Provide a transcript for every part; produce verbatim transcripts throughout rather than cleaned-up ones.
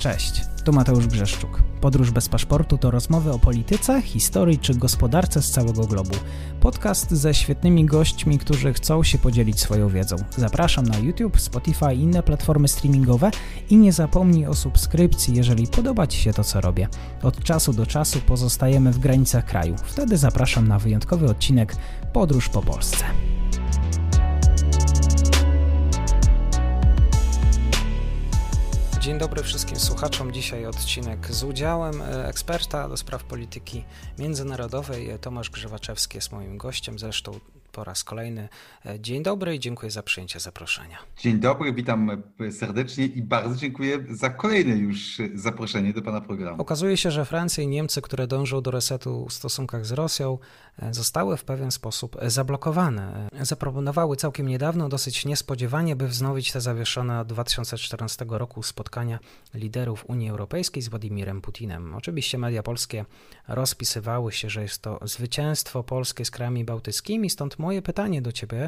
Cześć, tu Mateusz Brzeszczuk. Podróż bez paszportu to rozmowy o polityce, historii czy gospodarce z całego globu. Podcast ze świetnymi gośćmi, którzy chcą się podzielić swoją wiedzą. Zapraszam na YouTube, Spotify i inne platformy streamingowe i nie zapomnij o subskrypcji, jeżeli podoba Ci się to, co robię. Od czasu do czasu pozostajemy w granicach kraju. Wtedy zapraszam na wyjątkowy odcinek Podróż po Polsce. Dzień dobry wszystkim słuchaczom. Dzisiaj odcinek z udziałem eksperta do spraw polityki międzynarodowej. Tomasz Grzewaczewski jest moim gościem, zresztą po raz kolejny. Dzień dobry i dziękuję za przyjęcie zaproszenia. Dzień dobry, witam serdecznie i bardzo dziękuję za kolejne już zaproszenie do Pana programu. Okazuje się, że Francja i Niemcy, które dążą do resetu w stosunkach z Rosją, zostały w pewien sposób zablokowane. Zaproponowały całkiem niedawno, dosyć niespodziewanie, by wznowić te zawieszone od dwa tysiące czternastego roku spotkania liderów Unii Europejskiej z Władimirem Putinem. Oczywiście media polskie rozpisywały się, że jest to zwycięstwo polskie z krajami bałtyckimi, stąd moje pytanie do Ciebie.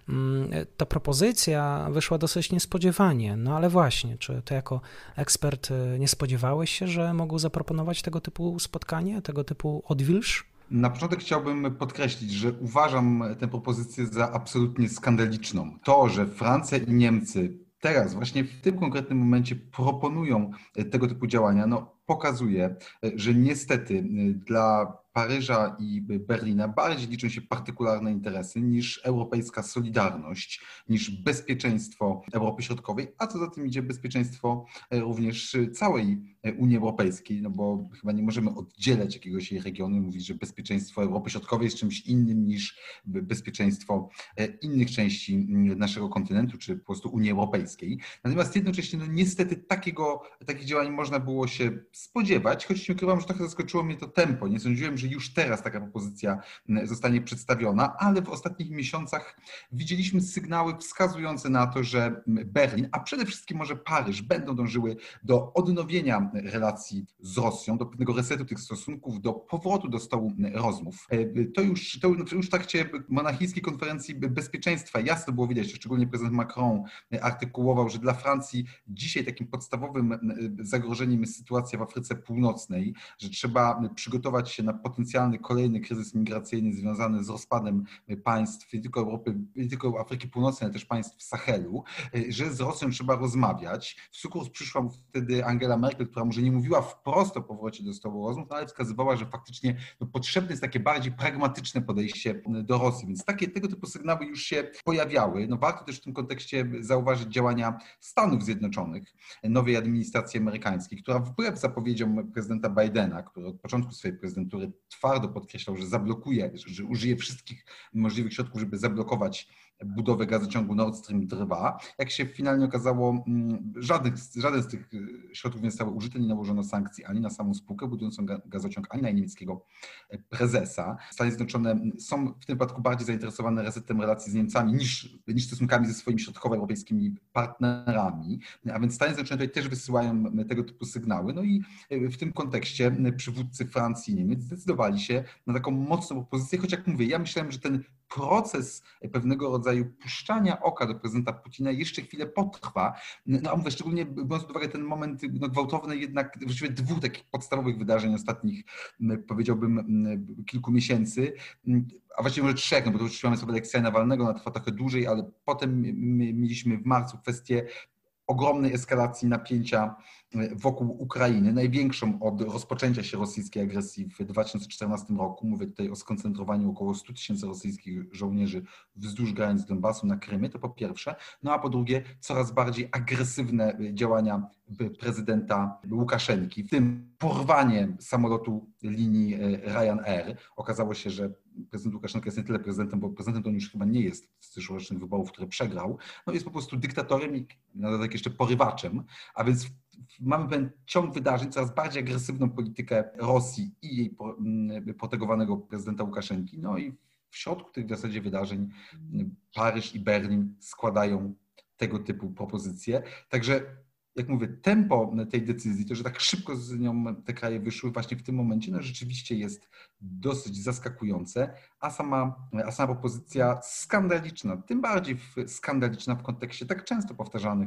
Ta propozycja wyszła dosyć niespodziewanie, no ale właśnie, czy Ty jako ekspert nie spodziewałeś się, że mogą zaproponować tego typu spotkanie, tego typu odwilż? Na początek chciałbym podkreślić, że uważam tę propozycję za absolutnie skandaliczną. To, że Francja i Niemcy teraz, właśnie w tym konkretnym momencie proponują tego typu działania, no pokazuje, że niestety dla Paryża i Berlina bardziej liczą się partykularne interesy niż europejska solidarność, niż bezpieczeństwo Europy Środkowej, a co za tym idzie bezpieczeństwo również całej Unii Europejskiej, no bo chyba nie możemy oddzielać jakiegoś jej regionu i mówić, że bezpieczeństwo Europy Środkowej jest czymś innym niż bezpieczeństwo innych części naszego kontynentu, czy po prostu Unii Europejskiej. Natomiast jednocześnie no niestety takiego, takich działań można było się spodziewać, choć nie ukrywam, że trochę zaskoczyło mnie to tempo. Nie sądziłem, że już teraz taka propozycja zostanie przedstawiona, ale w ostatnich miesiącach widzieliśmy sygnały wskazujące na to, że Berlin, a przede wszystkim może Paryż będą dążyły do odnowienia relacji z Rosją, do pewnego resetu tych stosunków, do powrotu do stołu rozmów. To już, to już w trakcie monachijskiej konferencji bezpieczeństwa jasno było widać, szczególnie prezydent Macron artykułował, że dla Francji dzisiaj takim podstawowym zagrożeniem jest sytuacja w Afryce Północnej, że trzeba przygotować się na potencjalny kolejny kryzys migracyjny związany z rozpadem państw nie tylko Europy, nie tylko Afryki Północnej, ale też państw Sahelu, że z Rosją trzeba rozmawiać. W sukurs przyszła wtedy Angela Merkel, która może nie mówiła wprost o powrocie do stołu rozmów, ale wskazywała, że faktycznie no, potrzebne jest takie bardziej pragmatyczne podejście do Rosji, więc takie, tego typu sygnały już się pojawiały. No, warto też w tym kontekście zauważyć działania Stanów Zjednoczonych, nowej administracji amerykańskiej, która wbrew zapowiedziom prezydenta Bidena, który od początku swojej prezydentury twardo podkreślał, że zablokuje, że użyje wszystkich możliwych środków, żeby zablokować budowę gazociągu Nord Stream dwa. Jak się finalnie okazało, żadnych, żaden z tych środków nie został użyty, nie nałożono sankcji ani na samą spółkę budującą gazociąg, ani na niemieckiego prezesa. Stany Zjednoczone są w tym wypadku bardziej zainteresowane resetem relacji z Niemcami niż, niż stosunkami ze swoimi środkowoeuropejskimi partnerami, a więc Stany Zjednoczone tutaj też wysyłają tego typu sygnały. No i w tym kontekście przywódcy Francji i Niemiec zdecydowali się na taką mocną propozycję, choć jak mówię, ja myślałem, że ten proces pewnego rodzaju puszczania oka do prezydenta Putina jeszcze chwilę potrwa. No a mówię, szczególnie biorąc pod uwagę ten moment no, gwałtowny jednak właściwie dwóch takich podstawowych wydarzeń ostatnich, powiedziałbym, kilku miesięcy, a właściwie może trzech, no bo to już mamy sobie Aleksieja Nawalnego, ona trwa trochę dłużej, ale potem mieliśmy w marcu kwestię ogromnej eskalacji napięcia wokół Ukrainy, największą od rozpoczęcia się rosyjskiej agresji w dwa tysiące czternastym roku. Mówię tutaj o skoncentrowaniu około stu tysięcy rosyjskich żołnierzy wzdłuż granic Donbasu na Krymie, to po pierwsze. No a po drugie, coraz bardziej agresywne działania prezydenta Łukaszenki, w tym porwanie samolotu linii Ryanair. Okazało się, że prezydent Łukaszenka jest nie tyle prezydentem, bo prezydentem on już chyba nie jest z zeszłorocznych wyborów, które przegrał. No jest po prostu dyktatorem i na dodatek jeszcze porywaczem, a więc mamy ten ciąg wydarzeń, coraz bardziej agresywną politykę Rosji i jej protegowanego prezydenta Łukaszenki. No i w środku tych w zasadzie wydarzeń Paryż i Berlin składają tego typu propozycje. Także jak mówię, tempo tej decyzji, to, że tak szybko z nią te kraje wyszły właśnie w tym momencie, no rzeczywiście jest dosyć zaskakujące, a sama, a sama propozycja skandaliczna, tym bardziej skandaliczna w kontekście tak często powtarzanych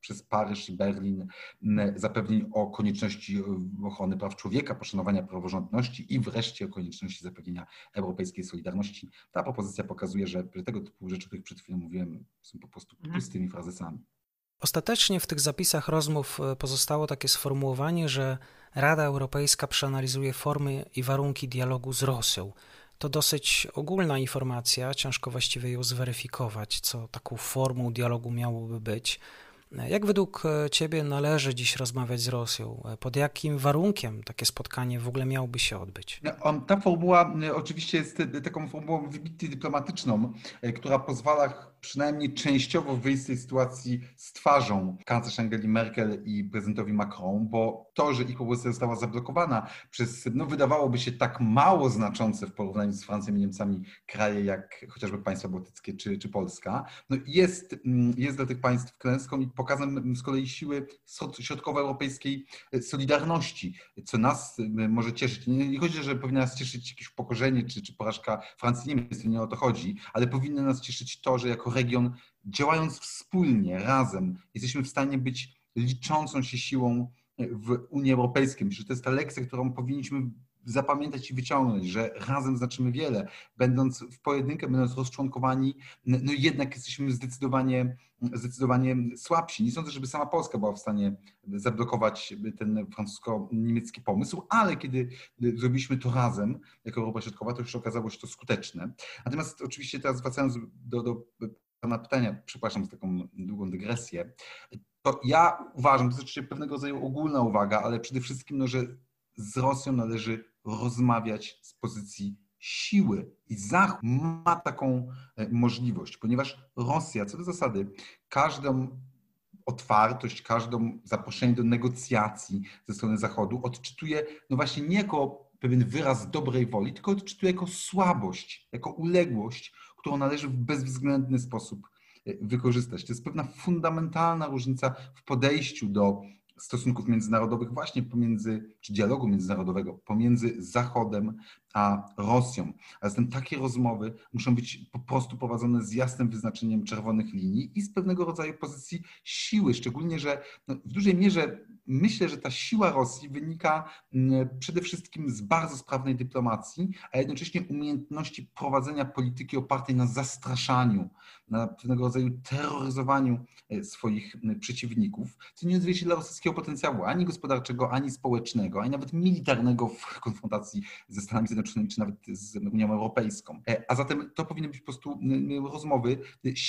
przez Paryż i Berlin zapewnień o konieczności ochrony praw człowieka, poszanowania praworządności i wreszcie o konieczności zapewnienia europejskiej solidarności. Ta propozycja pokazuje, że tego typu rzeczy, o których przed chwilą mówiłem, są po prostu pustymi frazesami. Ostatecznie w tych zapisach rozmów pozostało takie sformułowanie, że Rada Europejska przeanalizuje formy i warunki dialogu z Rosją. To dosyć ogólna informacja, ciężko właściwie ją zweryfikować, co taką formą dialogu miałoby być. Jak według Ciebie należy dziś rozmawiać z Rosją? Pod jakim warunkiem takie spotkanie w ogóle miałoby się odbyć? Ta formuła oczywiście jest taką formułą wybitnie dyplomatyczną, która pozwala przynajmniej częściowo wyjść z tej sytuacji z twarzą kanclerz Angeli Merkel i prezydentowi Macron, bo to, że ich propozycja została zablokowana przez, no wydawałoby się tak mało znaczące w porównaniu z Francją i Niemcami kraje jak chociażby państwa bałtyckie czy, czy Polska, no jest, jest dla tych państw klęską i pokazem z kolei siły środkowoeuropejskiej solidarności, co nas może cieszyć. Nie, nie chodzi, że powinno nas cieszyć jakieś upokorzenie czy, czy porażka Francji i Niemiec, nie o to chodzi, ale powinno nas cieszyć to, że jako region, działając wspólnie, razem, jesteśmy w stanie być liczącą się siłą w Unii Europejskiej. Myślę, że to jest ta lekcja, którą powinniśmy zapamiętać i wyciągnąć, że razem znaczymy wiele. Będąc w pojedynkę, będąc rozczłonkowani, no jednak jesteśmy zdecydowanie, zdecydowanie słabsi. Nie sądzę, żeby sama Polska była w stanie zablokować ten francusko-niemiecki pomysł, ale kiedy zrobiliśmy to razem, jako Europa Środkowa, to już okazało się to skuteczne. Natomiast oczywiście teraz wracając do, do pana pytania, przepraszam za taką długą dygresję, to ja uważam, to jest oczywiście pewnego rodzaju ogólna uwaga, ale przede wszystkim, no, że z Rosją należy rozmawiać z pozycji siły i Zachód ma taką możliwość, ponieważ Rosja, co do zasady, każdą otwartość, każdą zaproszenie do negocjacji ze strony Zachodu odczytuje no właśnie nie jako pewien wyraz dobrej woli, tylko odczytuje jako słabość, jako uległość, którą należy w bezwzględny sposób wykorzystać. To jest pewna fundamentalna różnica w podejściu do stosunków międzynarodowych właśnie pomiędzy, czy dialogu międzynarodowego pomiędzy Zachodem a Rosją. A zatem takie rozmowy muszą być po prostu prowadzone z jasnym wyznaczeniem czerwonych linii i z pewnego rodzaju pozycji siły, szczególnie, że no, w dużej mierze myślę, że ta siła Rosji wynika przede wszystkim z bardzo sprawnej dyplomacji, a jednocześnie umiejętności prowadzenia polityki opartej na zastraszaniu, na pewnego rodzaju terroryzowaniu swoich przeciwników, co nie odzwierciedla rosyjskiego potencjału ani gospodarczego, ani społecznego, ani nawet militarnego w konfrontacji ze Stanami Zjednoczonymi, czy nawet z Unią Europejską. A zatem to powinny być po prostu rozmowy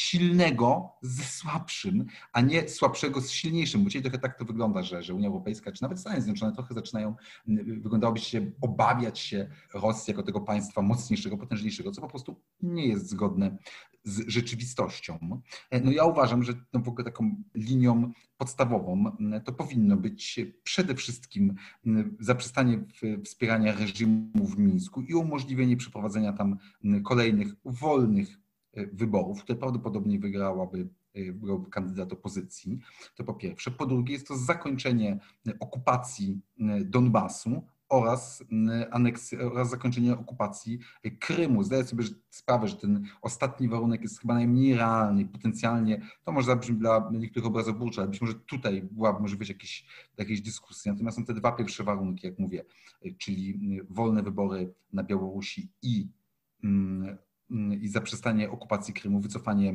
silnego ze słabszym, a nie słabszego z silniejszym, bo dzisiaj trochę tak to wygląda, że, że Unia Europejska, czy nawet Stany Zjednoczone trochę zaczynają, wyglądałoby się, obawiać się Rosji jako tego państwa mocniejszego, potężniejszego, co po prostu nie jest zgodne z rzeczywistością. No ja uważam, że no w ogóle taką linią podstawową to powinno być przede wszystkim zaprzestanie wspierania reżimu w Mińsku i umożliwienie przeprowadzenia tam kolejnych wolnych wyborów, które prawdopodobnie wygrałaby byłby kandydat opozycji. To po pierwsze. Po drugie jest to zakończenie okupacji Donbasu oraz, aneksy, oraz zakończenie okupacji Krymu. Zdaję sobie sprawę, że ten ostatni warunek jest chyba najmniej realny i potencjalnie, to może zabrzmi dla niektórych obrazoburczo, ale być może tutaj byłaby możliwość jakiejś, jakiejś dyskusji. Natomiast są te dwa pierwsze warunki, jak mówię, czyli wolne wybory na Białorusi i, i zaprzestanie okupacji Krymu, wycofanie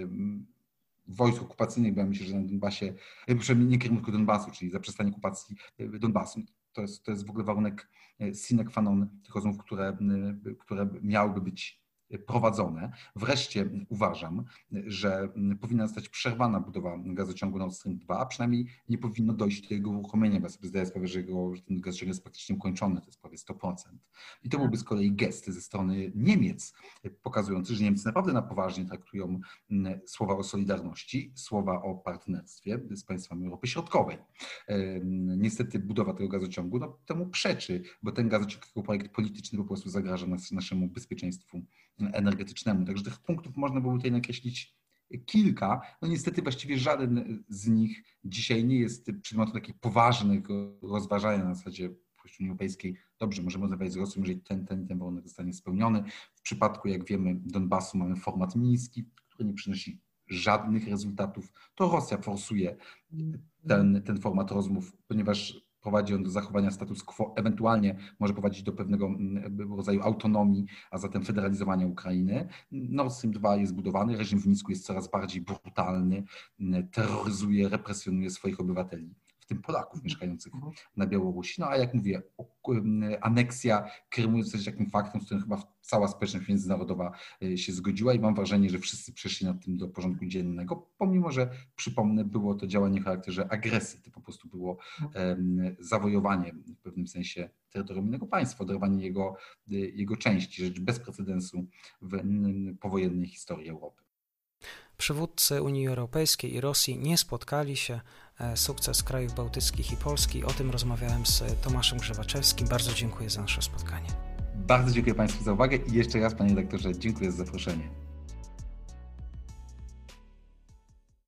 wojsk okupacyjnych, bo ja myślę, że na Donbasie, przynajmniej nie Krymu, tylko Donbasu, czyli zaprzestanie okupacji Donbasu. To jest, to jest w ogóle warunek sine qua non tych rozmów, które, które miałyby być prowadzone. Wreszcie uważam, że powinna zostać przerwana budowa gazociągu Nord Stream dwa, a przynajmniej nie powinno dojść do jego uruchomienia, bo ja sobie zdaję sprawę, że, jego, że ten gazociąg jest praktycznie ukończony, to jest prawie sto procent. I to byłby z kolei gest ze strony Niemiec, pokazujący, że Niemcy naprawdę na poważnie traktują słowa o solidarności, słowa o partnerstwie z państwami Europy Środkowej. Niestety budowa tego gazociągu no, temu przeczy, bo ten gazociąg jako projekt polityczny po prostu zagraża nas, naszemu bezpieczeństwu energetycznemu. Także tych punktów można byłoby tutaj nakreślić kilka. No niestety właściwie żaden z nich dzisiaj nie jest przedmiotem takich poważnych rozważań na zasadzie w Unii Europejskiej. Dobrze, możemy rozmawiać z Rosją, jeżeli ten, ten, ten warunek zostanie spełniony. W przypadku, jak wiemy, Donbasu mamy format miński, który nie przynosi żadnych rezultatów. To Rosja forsuje ten, ten format rozmów, ponieważ prowadzi on do zachowania status quo, ewentualnie może prowadzić do pewnego rodzaju autonomii, a zatem federalizowania Ukrainy. Nord Stream dwa jest budowany, reżim w Mińsku jest coraz bardziej brutalny, terroryzuje, represjonuje swoich obywateli, w tym Polaków mieszkających na Białorusi. No a jak mówię, aneksja Krymu jest takim faktem, z którym chyba cała społeczność międzynarodowa się zgodziła i mam wrażenie, że wszyscy przeszli nad tym do porządku dziennego, pomimo że, przypomnę, było to działanie o charakterze agresji, to po prostu było um, zawojowanie w pewnym sensie terytorium innego państwa, oderwanie jego, jego części, rzecz bez precedensu w powojennej historii Europy. Przywódcy Unii Europejskiej i Rosji nie spotkali się. Sukces krajów bałtyckich i Polski. O tym rozmawiałem z Tomaszem Grzewaczewskim. Bardzo dziękuję za nasze spotkanie. Bardzo dziękuję Państwu za uwagę i jeszcze raz, panie redaktorze, dziękuję za zaproszenie.